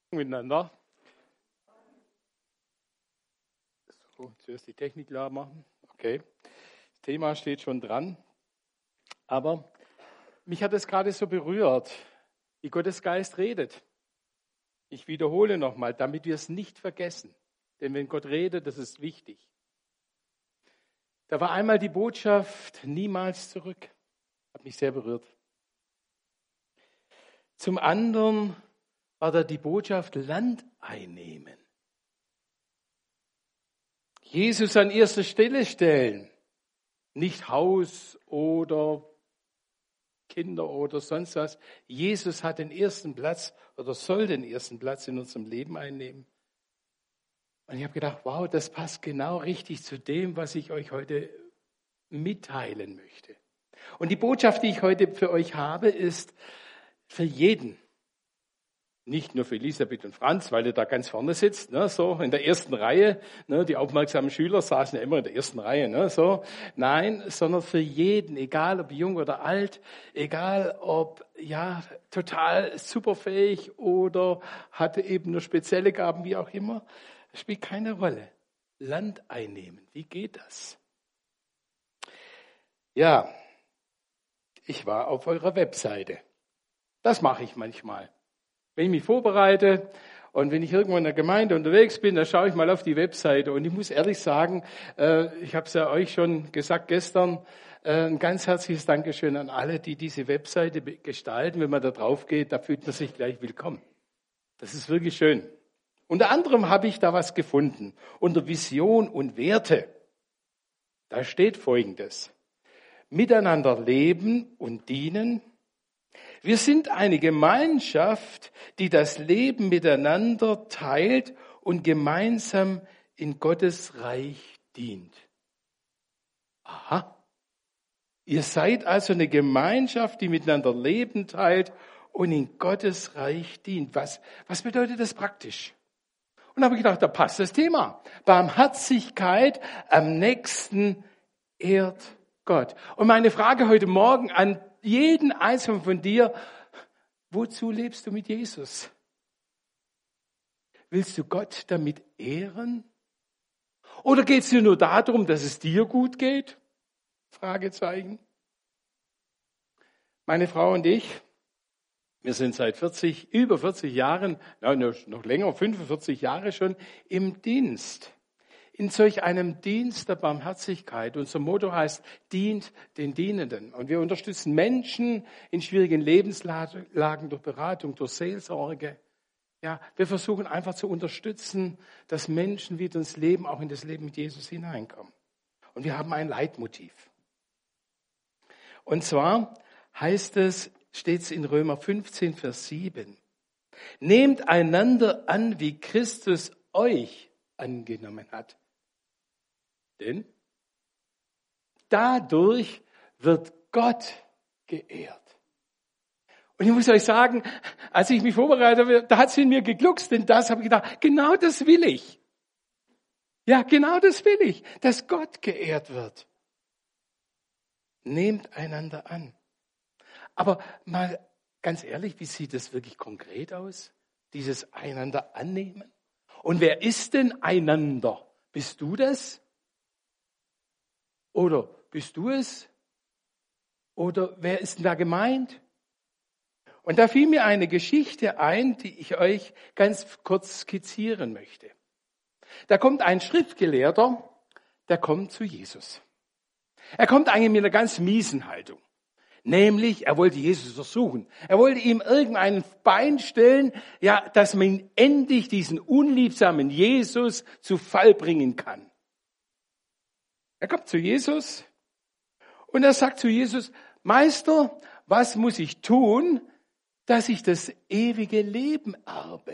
Miteinander. So, zuerst die Technik klar machen. Okay, das Thema steht schon dran. Aber mich hat es gerade so berührt, wie Gottes Geist redet. Ich wiederhole nochmal, damit wir es nicht vergessen. Denn wenn Gott redet, das ist wichtig. Da war einmal die Botschaft, niemals zurück. Hat mich sehr berührt. Zum anderen war da die Botschaft, Land einnehmen. Jesus an erste Stelle stellen. Nicht Haus oder Kinder oder sonst was. Jesus hat den ersten Platz oder soll den ersten Platz in unserem Leben einnehmen. Und ich habe gedacht, wow, das passt genau richtig zu dem, was ich euch heute mitteilen möchte. Und die Botschaft, die ich heute für euch habe, ist für jeden. Nicht nur für Elisabeth und Franz, weil ihr da ganz vorne sitzt, ne, so in der ersten Reihe. Ne, die aufmerksamen Schüler saßen ja immer in der ersten Reihe. Ne, so. Nein, sondern für jeden, egal ob jung oder alt, egal ob ja total superfähig oder hatte eben nur spezielle Gaben, wie auch immer. Das spielt keine Rolle. Land einnehmen, wie geht das? Ja, ich war auf eurer Webseite. Das mache ich manchmal. Wenn ich mich vorbereite und wenn ich irgendwo in der Gemeinde unterwegs bin, dann schaue ich mal auf die Webseite. Und ich muss ehrlich sagen, ich habe es ja euch schon gesagt gestern, ein ganz herzliches Dankeschön an alle, die diese Webseite gestalten. Wenn man da drauf geht, da fühlt man sich gleich willkommen. Das ist wirklich schön. Unter anderem habe ich da was gefunden. Unter Vision und Werte. Da steht Folgendes. Miteinander leben und dienen. Wir sind eine Gemeinschaft, die das Leben miteinander teilt und gemeinsam in Gottes Reich dient. Aha. Ihr seid also eine Gemeinschaft, die miteinander Leben teilt und in Gottes Reich dient. Was bedeutet das praktisch? Und da habe ich gedacht, da passt das Thema. Barmherzigkeit am Nächsten ehrt Gott. Und meine Frage heute Morgen an jeden Einzelnen von dir, wozu lebst du mit Jesus? Willst du Gott damit ehren? Oder geht es dir nur darum, dass es dir gut geht? Fragezeichen. Meine Frau und ich, wir sind seit über 40 Jahren, noch länger, 45 Jahre schon im Dienst. In solch einem Dienst der Barmherzigkeit. Unser Motto heißt, dient den Dienenden. Und wir unterstützen Menschen in schwierigen Lebenslagen durch Beratung, durch Seelsorge. Ja, wir versuchen einfach zu unterstützen, dass Menschen wieder ins Leben, auch in das Leben mit Jesus hineinkommen. Und wir haben ein Leitmotiv. Und zwar steht es in Römer 15, Vers 7. Nehmt einander an, wie Christus euch angenommen hat. Denn dadurch wird Gott geehrt. Und ich muss euch sagen, als ich mich vorbereitet habe, da hat es in mir gegluckst, denn das habe ich gedacht, genau das will ich. Ja, genau das will ich, dass Gott geehrt wird. Nehmt einander an. Aber mal ganz ehrlich, wie sieht das wirklich konkret aus? Dieses einander annehmen? Und wer ist denn einander? Bist du das? Oder bist du es? Oder wer ist denn da gemeint? Und da fiel mir eine Geschichte ein, die ich euch ganz kurz skizzieren möchte. Da kommt ein Schriftgelehrter, der kommt zu Jesus. Er kommt eigentlich mit einer ganz miesen Haltung. Nämlich, er wollte Jesus versuchen. Er wollte ihm irgendein Bein stellen, ja, dass man endlich diesen unliebsamen Jesus zu Fall bringen kann. Er kommt zu Jesus und er sagt zu Jesus, Meister, was muss ich tun, dass ich das ewige Leben erbe?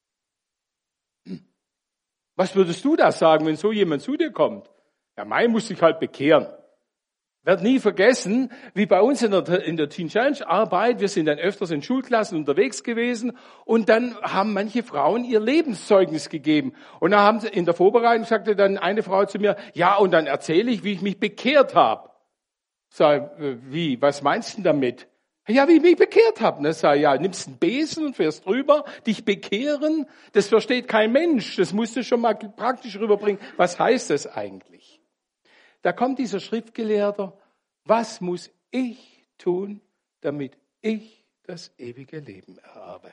Was würdest du da sagen, wenn so jemand zu dir kommt? Ja, mein muss sich halt bekehren. Werd nie vergessen, wie bei uns in der Teen Challenge Arbeit, wir sind dann öfters in Schulklassen unterwegs gewesen und dann haben manche Frauen ihr Lebenszeugnis gegeben. Und da haben sie in der Vorbereitung sagte dann eine Frau zu mir, ja, und dann erzähle ich, wie ich mich bekehrt habe. Sag, wie, was meinst du damit? Ja, wie ich mich bekehrt habe. Ne? Sag, ja, nimmst einen Besen und fährst drüber, dich bekehren, das versteht kein Mensch. Das musst du schon mal praktisch rüberbringen. Was heißt das eigentlich? Da kommt dieser Schriftgelehrte, was muss ich tun, damit ich das ewige Leben ererbe?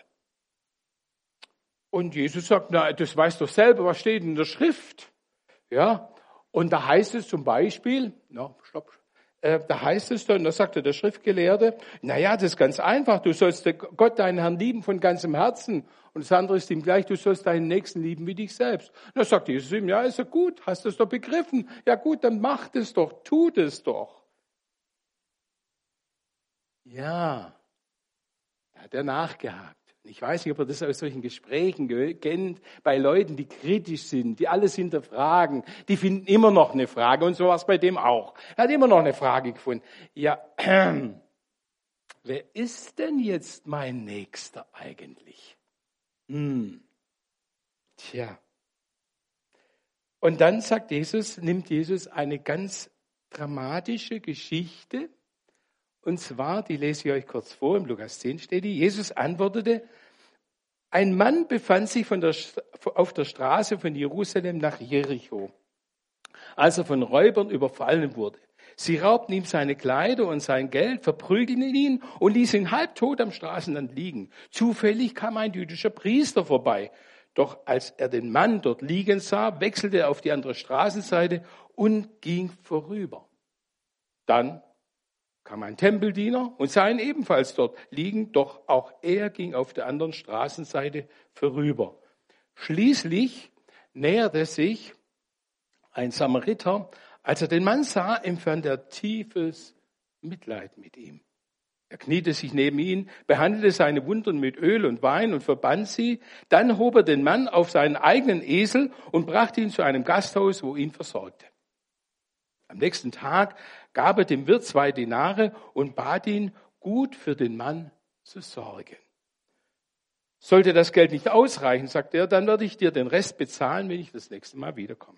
Und Jesus sagt, na, das weißt du selber, was steht in der Schrift? Ja, und da heißt es zum Beispiel, da heißt es dann, da sagte der Schriftgelehrte, naja, das ist ganz einfach, du sollst Gott, deinen Herrn, lieben von ganzem Herzen. Und das andere ist ihm gleich, du sollst deinen Nächsten lieben wie dich selbst. Und da sagt Jesus ihm, ja, ist ja gut, hast du es doch begriffen. Ja gut, dann mach das doch, tu das doch. Ja, da hat er nachgehakt. Ich weiß nicht, ob er das aus solchen Gesprächen kennt, bei Leuten, die kritisch sind, die alles hinterfragen, die finden immer noch eine Frage und so war es bei dem auch. Er hat immer noch eine Frage gefunden. Ja, wer ist denn jetzt mein Nächster eigentlich? Tja. Und dann nimmt Jesus eine ganz dramatische Geschichte. Und zwar, die lese ich euch kurz vor, im Lukas 10 steht die, Jesus antwortete, ein Mann befand sich auf der Straße von Jerusalem nach Jericho, als er von Räubern überfallen wurde. Sie raubten ihm seine Kleider und sein Geld, verprügelten ihn und ließen ihn halbtot am Straßenrand liegen. Zufällig kam ein jüdischer Priester vorbei. Doch als er den Mann dort liegen sah, wechselte er auf die andere Straßenseite und ging vorüber. Dann kam ein Tempeldiener und sah ihn ebenfalls dort liegen, doch auch er ging auf der anderen Straßenseite vorüber. Schließlich näherte sich ein Samariter. Als er den Mann sah, empfand er tiefes Mitleid mit ihm. Er kniete sich neben ihn, behandelte seine Wunden mit Öl und Wein und verband sie. Dann hob er den Mann auf seinen eigenen Esel und brachte ihn zu einem Gasthaus, wo ihn versorgte. Am nächsten Tag gab er dem Wirt 2 Denare und bat ihn, gut für den Mann zu sorgen. Sollte das Geld nicht ausreichen, sagte er, dann werde ich dir den Rest bezahlen, wenn ich das nächste Mal wiederkomme.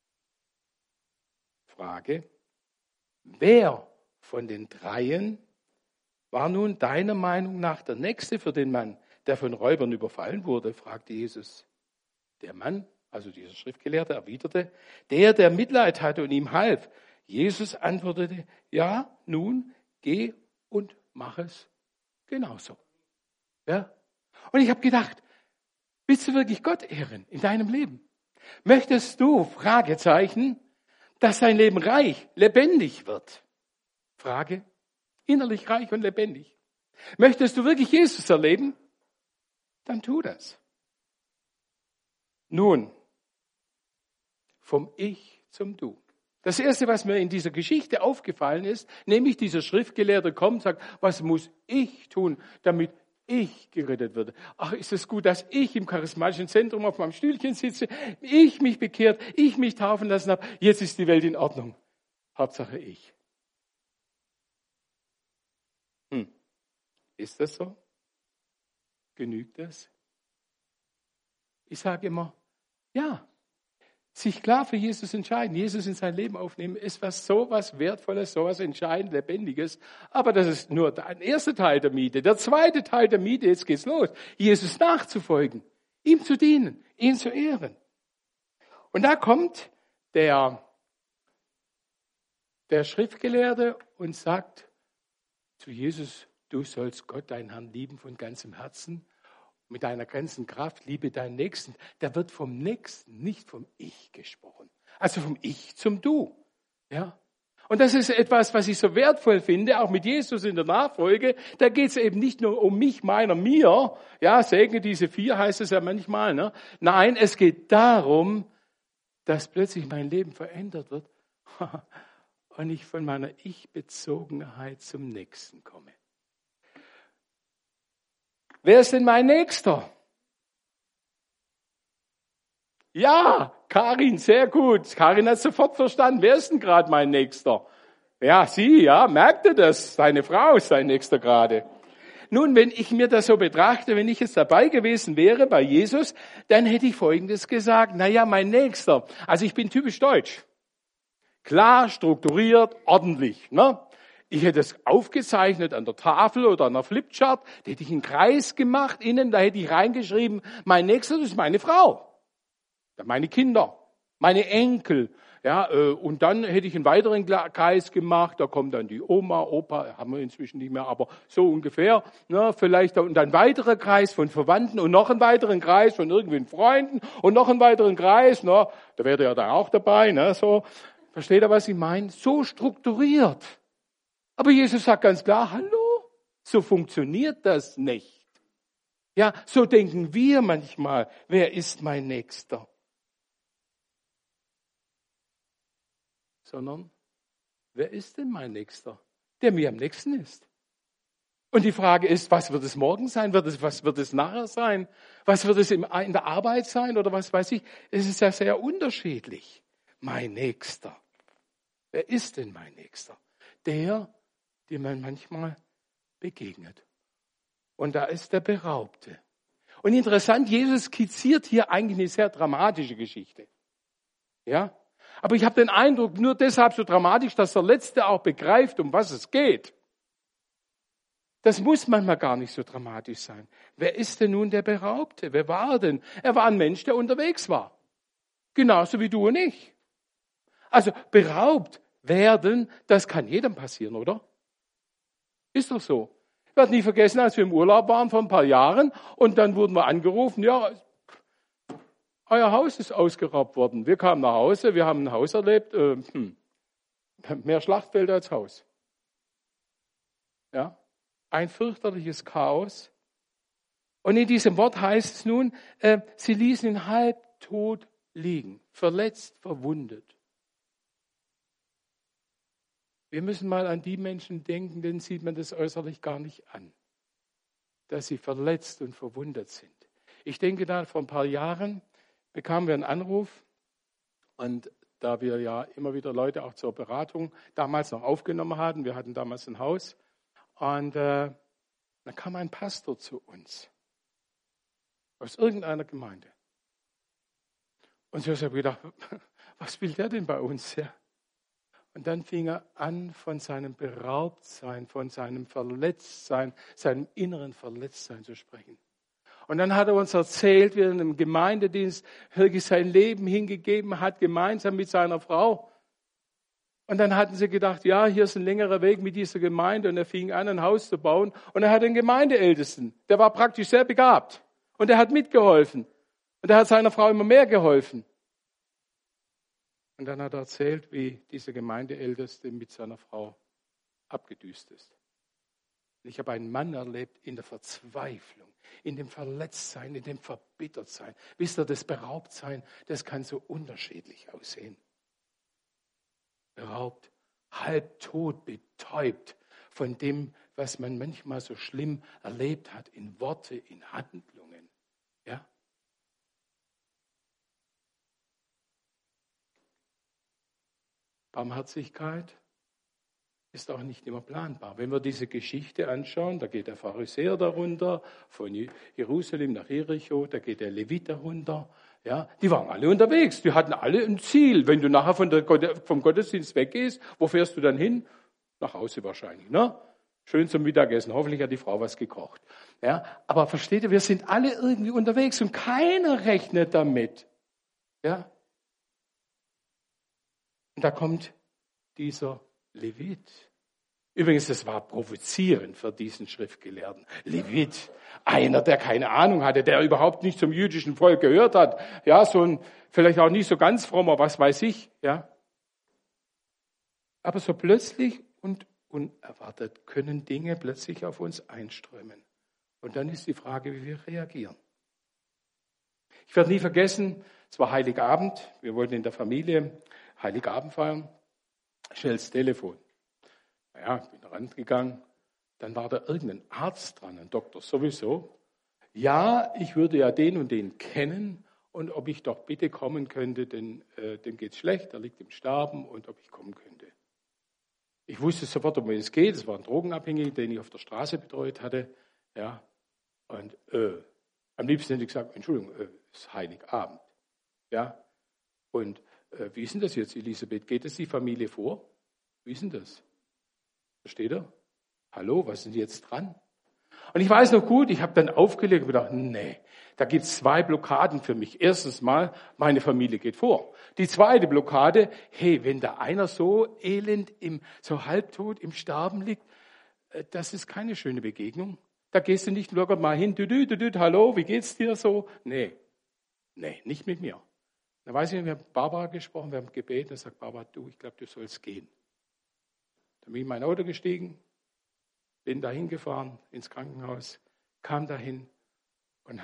Frage, wer von den dreien war nun deiner Meinung nach der Nächste für den Mann, der von Räubern überfallen wurde, fragte Jesus. Der Mann, also dieser Schriftgelehrte, erwiderte, der Mitleid hatte und ihm half. Jesus antwortete, ja, nun, geh und mach es genauso. Ja? Und ich habe gedacht, willst du wirklich Gott ehren in deinem Leben? Möchtest du, Fragezeichen, dass dein Leben reich, lebendig wird? Frage, innerlich reich und lebendig. Möchtest du wirklich Jesus erleben? Dann tu das. Nun, vom Ich zum Du. Das Erste, was mir in dieser Geschichte aufgefallen ist, nämlich dieser Schriftgelehrte kommt und sagt, was muss ich tun, damit ich gerettet werde? Ach, ist es gut, dass ich im charismatischen Zentrum auf meinem Stühlchen sitze, ich mich bekehrt, ich mich taufen lassen habe, jetzt ist die Welt in Ordnung. Hauptsache ich. Ist das so? Genügt das? Ich sage immer, ja, sich klar für Jesus entscheiden, Jesus in sein Leben aufnehmen, ist so was Wertvolles, so was Entscheidend, Lebendiges. Aber das ist nur der erste Teil der Miete. Der zweite Teil der Miete, jetzt geht's los, Jesus nachzufolgen, ihm zu dienen, ihn zu ehren. Und da kommt der Schriftgelehrte und sagt zu Jesus, du sollst Gott, deinen Herrn, lieben von ganzem Herzen, mit deiner ganzen Kraft, liebe deinen Nächsten. Da wird vom Nächsten, nicht vom Ich gesprochen. Also vom Ich zum Du. Ja? Und das ist etwas, was ich so wertvoll finde, auch mit Jesus in der Nachfolge. Da geht es eben nicht nur um mich, meiner, mir. Ja, segne diese 4 heißt es ja manchmal. Ne? Nein, es geht darum, dass plötzlich mein Leben verändert wird und ich von meiner Ich-Bezogenheit zum Nächsten komme. Wer ist denn mein Nächster? Ja, Karin, sehr gut. Karin hat sofort verstanden. Wer ist denn gerade mein Nächster? Ja, sie, ja, merkt ihr das? Seine Frau ist sein Nächster gerade. Nun, wenn ich mir das so betrachte, wenn ich jetzt dabei gewesen wäre bei Jesus, dann hätte ich Folgendes gesagt. Naja, mein Nächster. Also ich bin typisch deutsch. Klar, strukturiert, ordentlich. Ne? Ich hätte es aufgezeichnet an der Tafel oder an der Flipchart, da hätte ich einen Kreis gemacht innen, da hätte ich reingeschrieben, mein Nächster ist meine Frau, meine Kinder, meine Enkel. Ja, und dann hätte ich einen weiteren Kreis gemacht, da kommt dann die Oma, Opa, haben wir inzwischen nicht mehr, aber so ungefähr. Ne, vielleicht und dann ein weiterer Kreis von Verwandten und noch einen weiteren Kreis von irgendwelchen Freunden und noch einen weiteren Kreis. Ne, da wäre ja dann auch dabei. Ne, so. Versteht ihr, was ich meine? So strukturiert. Aber Jesus sagt ganz klar, hallo, so funktioniert das nicht. Ja, so denken wir manchmal, wer ist mein Nächster? Sondern, wer ist denn mein Nächster? Der mir am nächsten ist. Und die Frage ist, was wird es morgen sein? Was wird es nachher sein? Was wird es in der Arbeit sein? Oder was weiß ich? Es ist ja sehr unterschiedlich. Mein Nächster. Wer ist denn mein Nächster? Der, dem man manchmal begegnet. Und da ist der Beraubte. Und interessant, Jesus skizziert hier eigentlich eine sehr dramatische Geschichte. Ja? Aber ich habe den Eindruck, nur deshalb so dramatisch, dass der Letzte auch begreift, um was es geht. Das muss manchmal gar nicht so dramatisch sein. Wer ist denn nun der Beraubte? Wer war denn? Er war ein Mensch, der unterwegs war. Genauso wie du und ich. Also beraubt werden, das kann jedem passieren, oder? Ist doch so. Ich werde nie vergessen, als wir im Urlaub waren vor ein paar Jahren und dann wurden wir angerufen, ja, euer Haus ist ausgeraubt worden. Wir kamen nach Hause, wir haben ein Haus erlebt, mehr Schlachtfeld als Haus. Ja, ein fürchterliches Chaos. Und in diesem Wort heißt es nun, sie ließen ihn halbtot liegen, verletzt, verwundet. Wir müssen mal an die Menschen denken, denen sieht man das äußerlich gar nicht an, dass sie verletzt und verwundet sind. Ich denke da, vor ein paar Jahren bekamen wir einen Anruf und da wir ja immer wieder Leute auch zur Beratung damals noch aufgenommen hatten, wir hatten damals ein Haus und dann kam ein Pastor zu uns aus irgendeiner Gemeinde. Und so habe ich gedacht, was will der denn bei uns? Ja? Und dann fing er an, von seinem Beraubtsein, von seinem Verletztsein, seinem inneren Verletztsein zu sprechen. Und dann hat er uns erzählt, wie er in einem Gemeindedienst wirklich sein Leben hingegeben hat, gemeinsam mit seiner Frau. Und dann hatten sie gedacht, ja, hier ist ein längerer Weg mit dieser Gemeinde. Und er fing an, ein Haus zu bauen. Und er hat einen Gemeindeältesten, der war praktisch sehr begabt. Und er hat mitgeholfen. Und er hat seiner Frau immer mehr geholfen. Und dann hat er erzählt, wie dieser Gemeindeälteste mit seiner Frau abgedüst ist. Ich habe einen Mann erlebt in der Verzweiflung, in dem Verletztsein, in dem Verbittertsein. Wisst ihr, das Beraubtsein, das kann so unterschiedlich aussehen. Beraubt, halbtot, betäubt von dem, was man manchmal so schlimm erlebt hat, in Worte, in Handlungen. Ja? Barmherzigkeit ist auch nicht immer planbar. Wenn wir diese Geschichte anschauen, da geht der Pharisäer darunter, von Jerusalem nach Jericho, da geht der Levit darunter. Ja, die waren alle unterwegs, die hatten alle ein Ziel. Wenn du nachher vom Gottesdienst weggehst, wo fährst du dann hin? Nach Hause wahrscheinlich, ne? Schön zum Mittagessen, hoffentlich hat die Frau was gekocht. Ja, aber versteht ihr, wir sind alle irgendwie unterwegs und keiner rechnet damit. Ja? Und da kommt dieser Levit. Übrigens, das war provozierend für diesen Schriftgelehrten. Levit, einer, der keine Ahnung hatte, der überhaupt nicht zum jüdischen Volk gehört hat. Ja, so ein, vielleicht auch nicht so ganz frommer, was weiß ich. Ja. Aber so plötzlich und unerwartet können Dinge plötzlich auf uns einströmen. Und dann ist die Frage, wie wir reagieren. Ich werde nie vergessen, es war Heiligabend, wir wollten in der Familie Heiligabend feiern, schnell das Telefon. Naja, ich bin rangegangen, dann war da irgendein Arzt dran, ein Doktor sowieso. Ja, ich würde ja den und den kennen und ob ich doch bitte kommen könnte, denn dem geht's schlecht, er liegt im Sterben und ob ich kommen könnte. Ich wusste sofort, um wen es geht, es war ein Drogenabhängiger, den ich auf der Straße betreut hatte. Ja, und am liebsten hätte ich gesagt, Entschuldigung, es ist Heiligabend. Ja, und wie ist denn das jetzt, Elisabeth? Geht es die Familie vor? Wie ist denn das? Versteht ihr? Hallo, was sind jetzt dran? Und ich weiß noch gut, ich habe dann aufgelegt und gedacht, nee, da gibt es 2 Blockaden für mich. Erstens mal, meine Familie geht vor. Die zweite Blockade, hey, wenn da einer so elend, so halbtot im Sterben liegt, das ist keine schöne Begegnung. Da gehst du nicht locker mal hin, hallo, wie geht's dir so? Nee, nicht mit mir. Da weiß ich, wir haben Barbara gesprochen, wir haben gebetet, und sagt Barbara, du, ich glaube, du sollst gehen. Dann bin ich in mein Auto gestiegen, bin dahin gefahren ins Krankenhaus, kam dahin und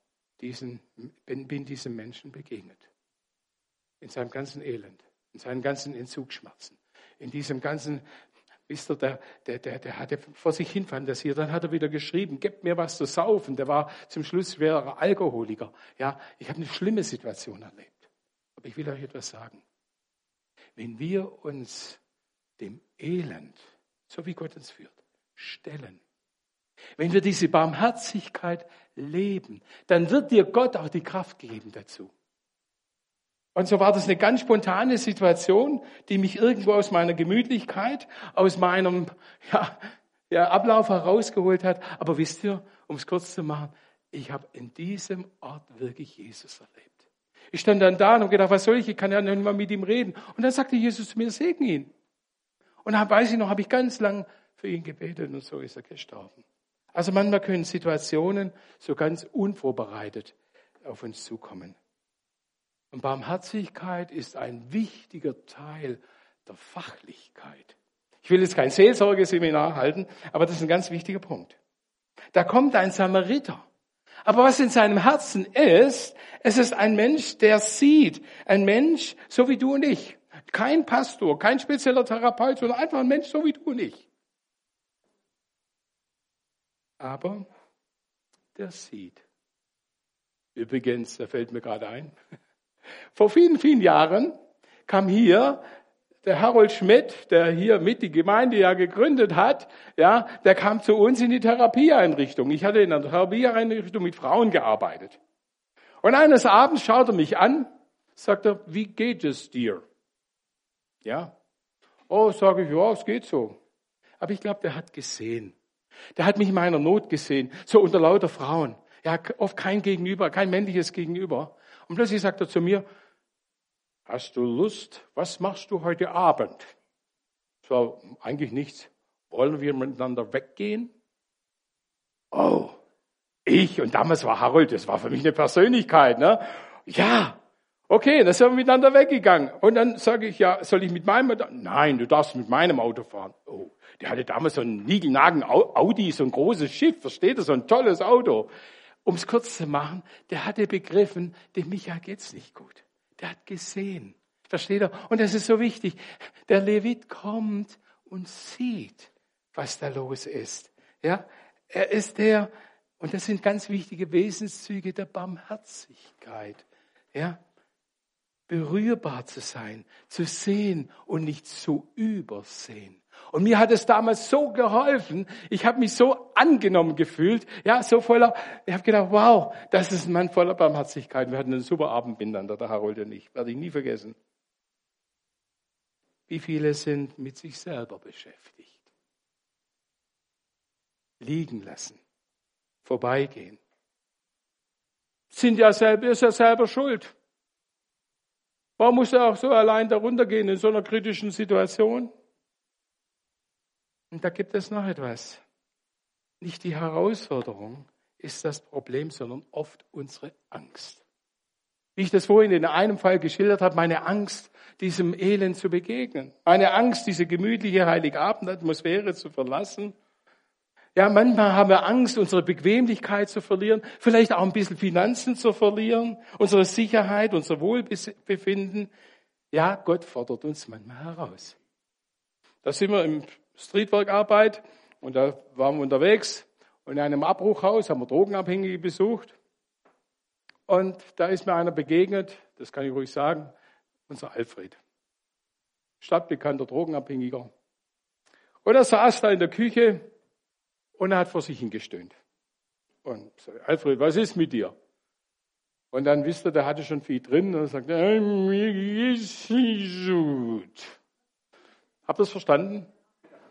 bin diesem Menschen begegnet. In seinem ganzen Elend, in seinen ganzen Entzugsschmerzen, in diesem ganzen, wisst ihr, der hatte vor sich hin fantasiert, dann hat er wieder geschrieben, gebt mir was zu saufen, der war zum Schluss schwerer Alkoholiker. Ja, ich habe eine schlimme Situation erlebt. Aber ich will euch etwas sagen. Wenn wir uns dem Elend, so wie Gott uns führt, stellen, wenn wir diese Barmherzigkeit leben, dann wird dir Gott auch die Kraft geben dazu. Und so war das eine ganz spontane Situation, die mich irgendwo aus meiner Gemütlichkeit, aus meinem Ablauf herausgeholt hat. Aber wisst ihr, um es kurz zu machen, ich habe in diesem Ort wirklich Jesus erlebt. Ich stand dann da und habe gedacht, was soll ich kann ja nicht mal mit ihm reden. Und dann sagte Jesus zu mir, segne ihn. Und dann weiß ich noch, habe ich ganz lang für ihn gebetet und so ist er gestorben. Also manchmal können Situationen so ganz unvorbereitet auf uns zukommen. Und Barmherzigkeit ist ein wichtiger Teil der Fachlichkeit. Ich will jetzt kein Seelsorgeseminar halten, aber das ist ein ganz wichtiger Punkt. Da kommt ein Samariter. Aber was in seinem Herzen ist, es ist ein Mensch, der sieht. Ein Mensch, so wie du und ich. Kein Pastor, kein spezieller Therapeut, sondern einfach ein Mensch, so wie du und ich. Aber der sieht. Übrigens, da fällt mir gerade ein, vor vielen, vielen Jahren kam hier der Harold Schmidt, der hier mit die Gemeinde ja gegründet hat, ja, der kam zu uns in die Therapieeinrichtung. Ich hatte in einer Therapieeinrichtung mit Frauen gearbeitet. Und eines Abends schaut er mich an, sagt er, wie geht es dir? Ja. Oh, sage ich, ja, es geht so. Aber ich glaube, der hat gesehen. Der hat mich in meiner Not gesehen, so unter lauter Frauen. Ja, oft kein Gegenüber, kein männliches Gegenüber. Und plötzlich sagt er zu mir, hast du Lust? Was machst du heute Abend? So, eigentlich nichts. Wollen wir miteinander weggehen? Oh, und damals war Harold, das war für mich eine Persönlichkeit, ne? Ja, okay, dann sind wir miteinander weggegangen. Und dann sage ich, ja, soll ich mit meinem Auto? Nein, du darfst mit meinem Auto fahren. Oh, der hatte damals so einen niegelnagen Audi, so ein großes Schiff, versteht ihr, so ein tolles Auto. Um es kurz zu machen, der hatte begriffen, dem Michael geht's nicht gut. Der hat gesehen. Versteht ihr? Und das ist so wichtig. Der Levit kommt und sieht, was da los ist. Ja? Er ist und das sind ganz wichtige Wesenszüge der Barmherzigkeit. Ja? Berührbar zu sein, zu sehen und nicht zu übersehen. Und mir hat es damals so geholfen. Ich habe mich so angenommen gefühlt, ja, ich habe gedacht, wow, das ist ein Mann voller Barmherzigkeit. Wir hatten einen super Abend miteinander, der Harold und ich, werde ich nie vergessen. Wie viele sind mit sich selber beschäftigt? Liegen lassen, vorbeigehen. Ist ja selber schuld. Warum muss er auch so allein darunter gehen in so einer kritischen Situation? Und da gibt es noch etwas. Nicht die Herausforderung ist das Problem, sondern oft unsere Angst. Wie ich das vorhin in einem Fall geschildert habe, meine Angst, diesem Elend zu begegnen. Meine Angst, diese gemütliche Heiligabend-Atmosphäre zu verlassen. Ja, manchmal haben wir Angst, unsere Bequemlichkeit zu verlieren, vielleicht auch ein bisschen Finanzen zu verlieren, unsere Sicherheit, unser Wohlbefinden. Ja, Gott fordert uns manchmal heraus. Da sind wir im Streetwork-Arbeit und da waren wir unterwegs und in einem Abbruchhaus haben wir Drogenabhängige besucht. Und da ist mir einer begegnet, das kann ich ruhig sagen, unser Alfred. Stadtbekannter Drogenabhängiger. Und er saß da in der Küche und er hat vor sich hingestöhnt. Und so, Alfred, was ist mit dir? Und dann wisst ihr, der hatte schon viel drin und er sagt, mir geht's nicht so gut. Habt ihr das verstanden?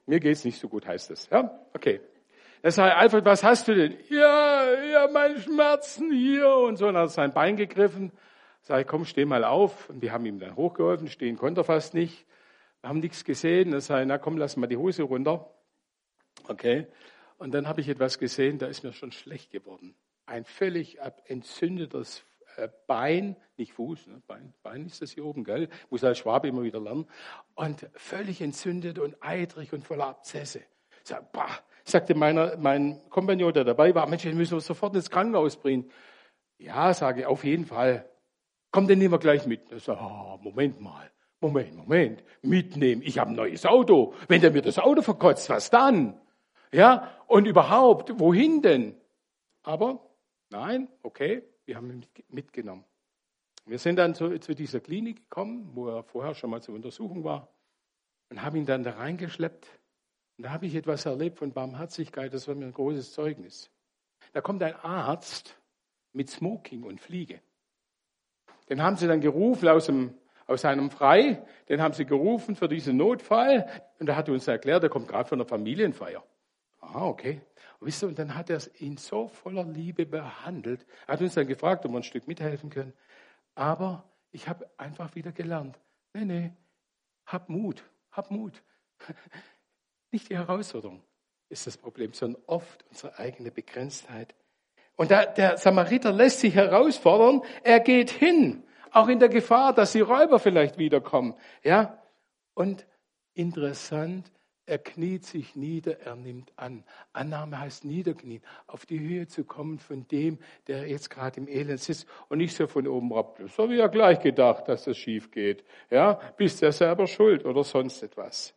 Mir geht's nicht so gut, heißt es. Ja, okay. Er sagt, Alfred, was hast du denn? Ja, meine Schmerzen hier und so. Und er hat sein Bein gegriffen. Sag ich, komm, steh mal auf. Und wir haben ihm dann hochgeholfen. Stehen konnte er fast nicht. Wir haben nichts gesehen. Er sagt, na komm, lass mal die Hose runter. Okay. Und dann habe ich etwas gesehen, da ist mir schon schlecht geworden. Ein völlig entzündetes Bein, nicht Fuß, ne? Bein ist das hier oben, gell? Muss als Schwabe immer wieder lernen. Und völlig entzündet und eitrig und voller Abszesse. Sagte mein Kompagnon, der dabei war, Mensch, wir müssen sofort ins Krankenhaus bringen. Ja, sage ich, auf jeden Fall. Komm, den nehmen wir gleich mit. Ich sage, Moment mal. Moment. Mitnehmen. Ich habe ein neues Auto. Wenn der mir das Auto verkotzt, was dann? Ja, und überhaupt, wohin denn? Aber, nein, okay, wir haben ihn mitgenommen. Wir sind dann zu dieser Klinik gekommen, wo er vorher schon mal zur Untersuchung war und haben ihn dann da reingeschleppt. Und da habe ich etwas erlebt von Barmherzigkeit, das war mir ein großes Zeugnis. Da kommt ein Arzt mit Smoking und Fliege. Den haben sie dann gerufen aus einem Frei, den haben sie gerufen für diesen Notfall. Und er hat uns erklärt, er kommt gerade von einer Familienfeier. Okay. Und wisst ihr, und dann hat er ihn so voller Liebe behandelt. Er hat uns dann gefragt, ob wir ein Stück mithelfen können. Aber ich habe einfach wieder gelernt. Nee, hab Mut. Nicht die Herausforderung ist das Problem, sondern oft unsere eigene Begrenztheit. Und der Samariter lässt sich herausfordern, er geht hin, auch in der Gefahr, dass die Räuber vielleicht wiederkommen. Ja? Und interessant, er kniet sich nieder, er nimmt an. Annahme heißt niederknien, auf die Höhe zu kommen von dem, der jetzt gerade im Elend sitzt und nicht so von oben herab. Das habe ich ja gleich gedacht, dass das schief geht. Ja? Bist ja selber schuld oder sonst etwas.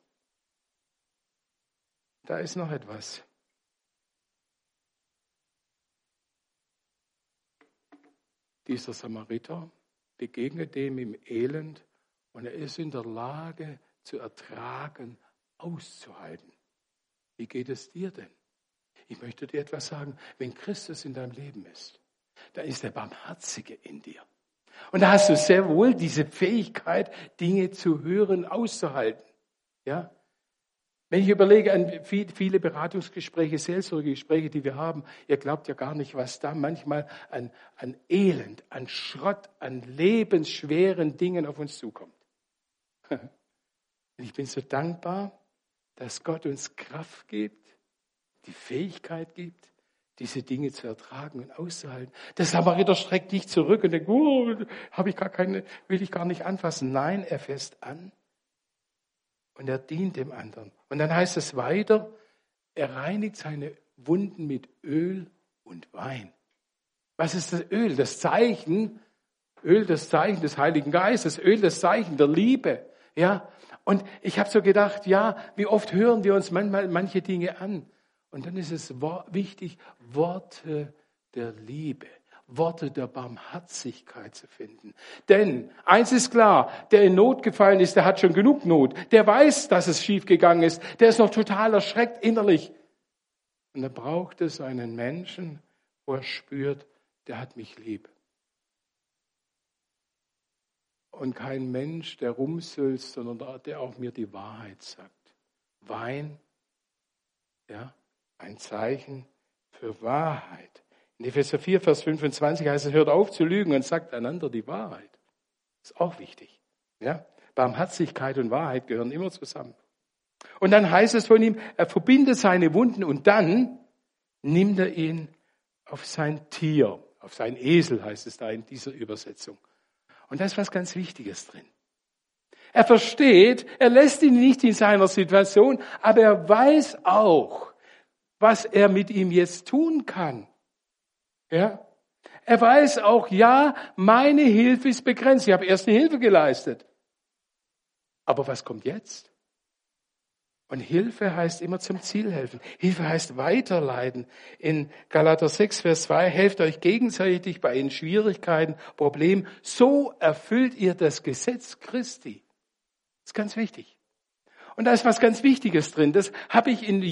Da ist noch etwas. Dieser Samariter begegnet dem im Elend und er ist in der Lage zu ertragen, auszuhalten. Wie geht es dir denn? Ich möchte dir etwas sagen. Wenn Christus in deinem Leben ist, dann ist der Barmherzige in dir. Und da hast du sehr wohl diese Fähigkeit, Dinge zu hören, auszuhalten. Ja? Wenn ich überlege an viele Beratungsgespräche, Seelsorgegespräche, die wir haben, ihr glaubt ja gar nicht, was da manchmal an Elend, an Schrott, an lebensschweren Dingen auf uns zukommt. Und ich bin so dankbar, dass Gott uns Kraft gibt, die Fähigkeit gibt, diese Dinge zu ertragen und auszuhalten. Der Samariter streckt nicht zurück und denkt, will ich gar nicht anfassen. Nein, er fässt an. Und er dient dem anderen. Und dann heißt es weiter, er reinigt seine Wunden mit Öl und Wein. Was ist das Öl? Das Zeichen des Heiligen Geistes, Öl, das Zeichen der Liebe. Ja? Und ich habe so gedacht, ja, wie oft hören wir uns manchmal manche Dinge an. Und dann ist es wichtig, Worte der Liebe, Worte der Barmherzigkeit zu finden. Denn eins ist klar, der in Not gefallen ist, der hat schon genug Not. Der weiß, dass es schief gegangen ist. Der ist noch total erschreckt innerlich. Und da braucht es einen Menschen, wo er spürt, der hat mich lieb. Und kein Mensch, der rumsülzt, sondern der auch mir die Wahrheit sagt. Wein, ja, ein Zeichen für Wahrheit. In Epheser 4, Vers 25 heißt es, hört auf zu lügen und sagt einander die Wahrheit. Das ist auch wichtig. Ja? Barmherzigkeit und Wahrheit gehören immer zusammen. Und dann heißt es von ihm, er verbindet seine Wunden und dann nimmt er ihn auf sein Tier, auf sein Esel heißt es da in dieser Übersetzung. Und da ist was ganz Wichtiges drin. Er versteht, er lässt ihn nicht in seiner Situation, aber er weiß auch, was er mit ihm jetzt tun kann. Ja? Er weiß auch, ja, meine Hilfe ist begrenzt. Ich habe erste Hilfe geleistet. Aber was kommt jetzt? Und Hilfe heißt immer zum Ziel helfen. Hilfe heißt weiterleiten. In Galater 6, Vers 2, helft euch gegenseitig bei den Schwierigkeiten, Problemen. So erfüllt ihr das Gesetz Christi. Das ist ganz wichtig. Und da ist was ganz Wichtiges drin. Das habe ich in jahrelanger Arbeit mit Suchtkranken und so weiter gelernt.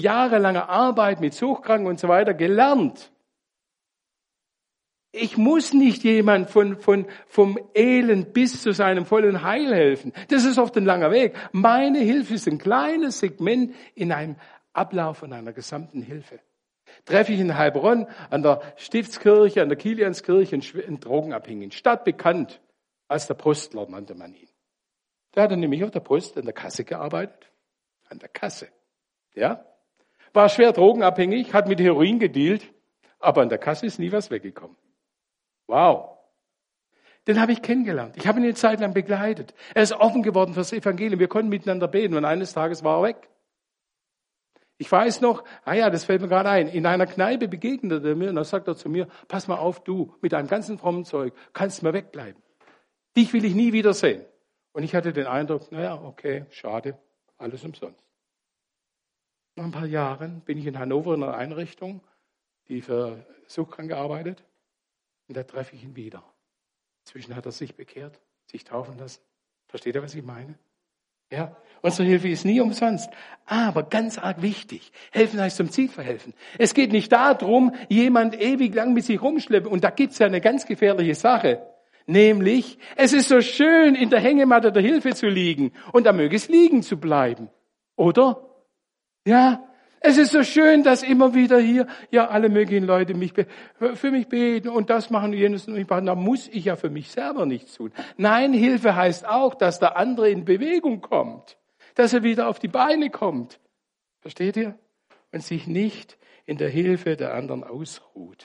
Ich muss nicht jemand vom Elend bis zu seinem vollen Heil helfen. Das ist oft ein langer Weg. Meine Hilfe ist ein kleines Segment in einem Ablauf von einer gesamten Hilfe. Treffe ich in Heilbronn an der Stiftskirche, an der Kilianskirche, einen Drogenabhängigen, stadtbekannt als der Postler nannte man ihn. Der hat nämlich auf der Post an der Kasse gearbeitet. An der Kasse. Ja? War schwer drogenabhängig, hat mit Heroin gedealt, aber an der Kasse ist nie was weggekommen. Wow. Den habe ich kennengelernt. Ich habe ihn eine Zeit lang begleitet. Er ist offen geworden fürs Evangelium. Wir konnten miteinander beten und eines Tages war er weg. Ich weiß noch, das fällt mir gerade ein, in einer Kneipe begegnete er mir und dann sagt er zu mir, pass mal auf, du, mit deinem ganzen frommen Zeug, kannst mal wegbleiben. Dich will ich nie wiedersehen. Und ich hatte den Eindruck, okay, schade, alles umsonst. Nach ein paar Jahren bin ich in Hannover in einer Einrichtung, die für Suchtkranke arbeitet, und da treffe ich ihn wieder. Inzwischen hat er sich bekehrt, sich taufen lassen. Versteht ihr, was ich meine? Ja, unsere Hilfe ist nie umsonst. Aber ganz arg wichtig, helfen heißt zum Ziel verhelfen. Es geht nicht darum, jemand ewig lang mit sich rumschleppen. Und da gibt's ja eine ganz gefährliche Sache. Nämlich, es ist so schön, in der Hängematte der Hilfe zu liegen. Und da möge es liegen zu bleiben. Oder? Ja, es ist so schön, dass immer wieder hier, alle möglichen Leute für mich beten und das machen und jenes und ich machen. Da muss ich ja für mich selber nichts tun. Nein, Hilfe heißt auch, dass der andere in Bewegung kommt. Dass er wieder auf die Beine kommt. Versteht ihr? Und sich nicht in der Hilfe der anderen ausruht.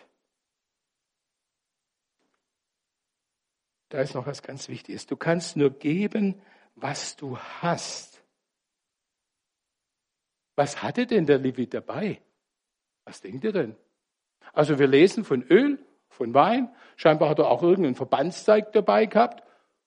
Da ist noch was ganz Wichtiges. Du kannst nur geben, was du hast. Was hatte denn der Levit dabei? Was denkt ihr denn? Also wir lesen von Öl, von Wein. Scheinbar hat er auch irgendeinen Verbandsteig dabei gehabt.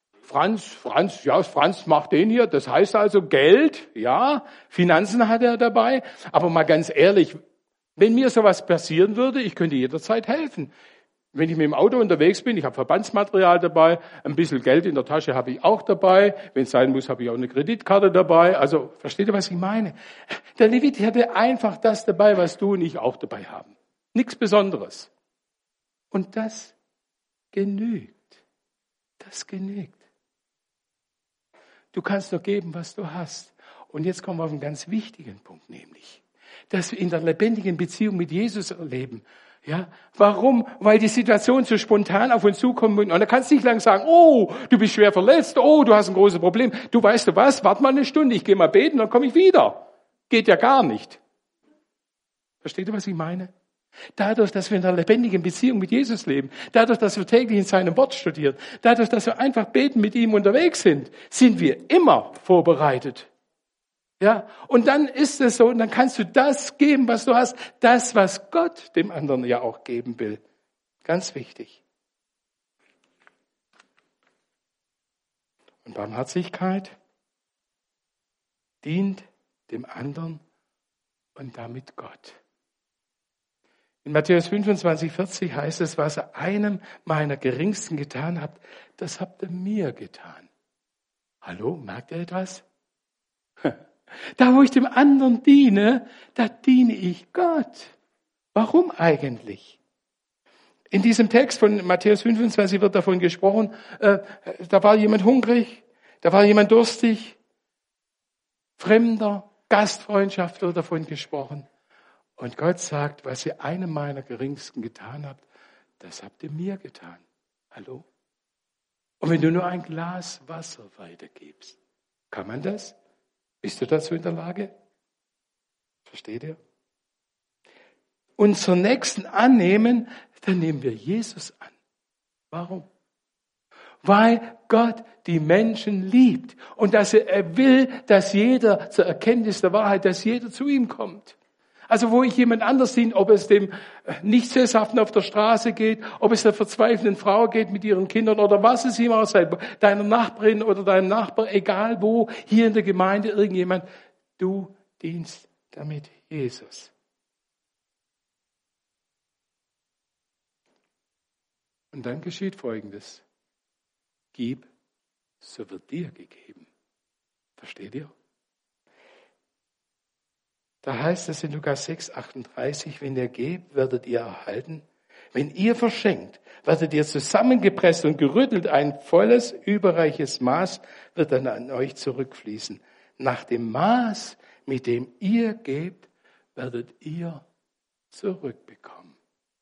Franz macht den hier. Das heißt also Geld, ja. Finanzen hat er dabei. Aber mal ganz ehrlich, wenn mir sowas passieren würde, ich könnte jederzeit helfen. Wenn ich mit dem Auto unterwegs bin, ich habe Verbandsmaterial dabei, ein bisschen Geld in der Tasche habe ich auch dabei. Wenn es sein muss, habe ich auch eine Kreditkarte dabei. Also, versteht ihr, was ich meine? Der Levit hatte einfach das dabei, was du und ich auch dabei haben. Nichts Besonderes. Und das genügt. Das genügt. Du kannst nur geben, was du hast. Und jetzt kommen wir auf einen ganz wichtigen Punkt, nämlich, dass wir in der lebendigen Beziehung mit Jesus erleben. Ja, warum? Weil die Situation so spontan auf uns zukommt und da kannst du nicht lang sagen, oh, du bist schwer verletzt, oh, du hast ein großes Problem. Du weißt du was, warte mal eine Stunde, ich gehe mal beten, dann komme ich wieder. Geht ja gar nicht. Versteht ihr, was ich meine? Dadurch, dass wir in einer lebendigen Beziehung mit Jesus leben, dadurch, dass wir täglich in seinem Wort studieren, dadurch, dass wir einfach beten mit ihm unterwegs sind wir immer vorbereitet. Ja, und dann ist es so, und dann kannst du das geben, was du hast, das, was Gott dem anderen ja auch geben will. Ganz wichtig. Und Barmherzigkeit dient dem anderen und damit Gott. In Matthäus 25,40 heißt es, was ihr einem meiner Geringsten getan habt, das habt ihr mir getan. Hallo, merkt ihr etwas? Da, wo ich dem anderen diene, da diene ich Gott. Warum eigentlich? In diesem Text von Matthäus 25 wird davon gesprochen, da war jemand hungrig, da war jemand durstig, Fremder, Gastfreundschaft wird davon gesprochen. Und Gott sagt, was ihr einem meiner Geringsten getan habt, das habt ihr mir getan. Hallo? Und wenn du nur ein Glas Wasser weitergibst, kann man das? Bist du dazu in der Lage? Versteht ihr? Unseren Nächsten annehmen, dann nehmen wir Jesus an. Warum? Weil Gott die Menschen liebt und dass er will, dass jeder zur Erkenntnis der Wahrheit, dass jeder zu ihm kommt. Also wo ich jemand anders diene, ob es dem Nicht-Sesshaften auf der Straße geht, ob es der verzweifelnden Frau geht mit ihren Kindern oder was es ihm auch sei, deiner Nachbarin oder deinem Nachbar, egal wo, hier in der Gemeinde irgendjemand, du dienst damit Jesus. Und dann geschieht Folgendes. Gib, so wird dir gegeben. Versteht ihr? Da heißt es in Lukas 6,38, wenn ihr gebt, werdet ihr erhalten. Wenn ihr verschenkt, werdet ihr zusammengepresst und gerüttelt, ein volles, überreiches Maß wird dann an euch zurückfließen. Nach dem Maß, mit dem ihr gebt, werdet ihr zurückbekommen.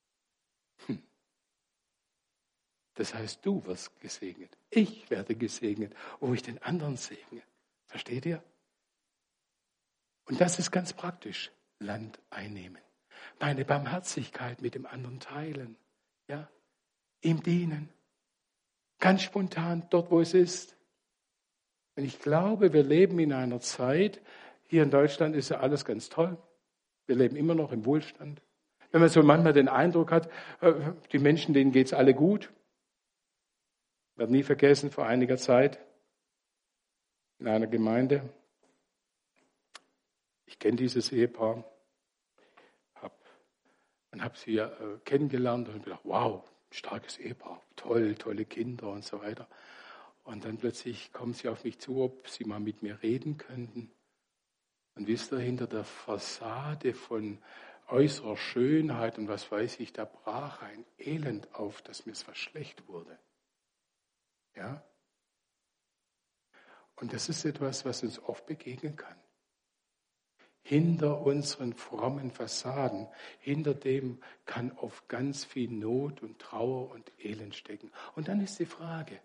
Das heißt, du wirst gesegnet. Ich werde gesegnet, wo ich den anderen segne. Versteht ihr? Und das ist ganz praktisch. Land einnehmen. Meine Barmherzigkeit mit dem anderen teilen. Ja? Ihm dienen. Ganz spontan, dort wo es ist. Und ich glaube, wir leben in einer Zeit, hier in Deutschland ist ja alles ganz toll. Wir leben immer noch im Wohlstand. Wenn man so manchmal den Eindruck hat, die Menschen, denen geht es alle gut. Ich werde nie vergessen, vor einiger Zeit in einer Gemeinde, ich kenne dieses Ehepaar, habe sie kennengelernt und gedacht, wow, starkes Ehepaar, toll, tolle Kinder und so weiter. Und dann plötzlich kommen sie auf mich zu, ob sie mal mit mir reden könnten. Und wisst ihr, hinter der Fassade von äußerer Schönheit und was weiß ich, da brach ein Elend auf, dass mir es was schlecht wurde. Ja? Und das ist etwas, was uns oft begegnen kann. Hinter unseren frommen Fassaden, hinter dem kann oft ganz viel Not und Trauer und Elend stecken. Und dann ist die Frage,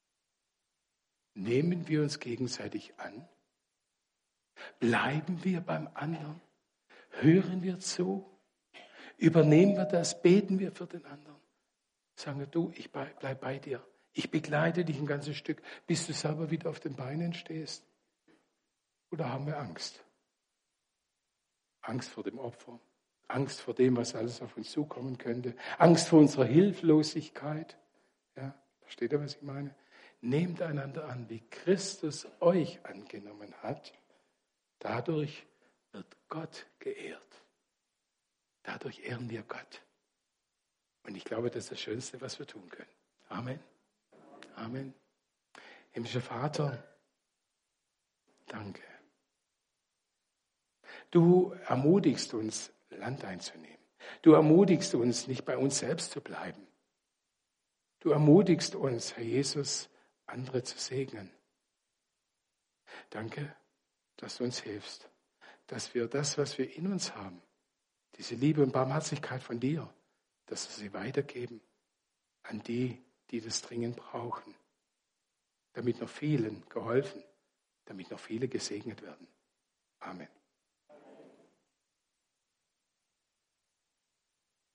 nehmen wir uns gegenseitig an? Bleiben wir beim anderen? Hören wir zu? Übernehmen wir das? Beten wir für den anderen? Sagen wir, du, ich bleib bei dir. Ich begleite dich ein ganzes Stück, bis du selber wieder auf den Beinen stehst. Oder haben wir Angst? Angst vor dem Opfer, Angst vor dem, was alles auf uns zukommen könnte, Angst vor unserer Hilflosigkeit. Ja, versteht ihr, was ich meine? Nehmt einander an, wie Christus euch angenommen hat. Dadurch wird Gott geehrt. Dadurch ehren wir Gott. Und ich glaube, das ist das Schönste, was wir tun können. Amen. Amen. Himmlischer Vater, danke. Du ermutigst uns, Land einzunehmen. Du ermutigst uns, nicht bei uns selbst zu bleiben. Du ermutigst uns, Herr Jesus, andere zu segnen. Danke, dass du uns hilfst, dass wir das, was wir in uns haben, diese Liebe und Barmherzigkeit von dir, dass wir sie weitergeben an die, die das dringend brauchen, damit noch vielen geholfen, damit noch viele gesegnet werden. Amen.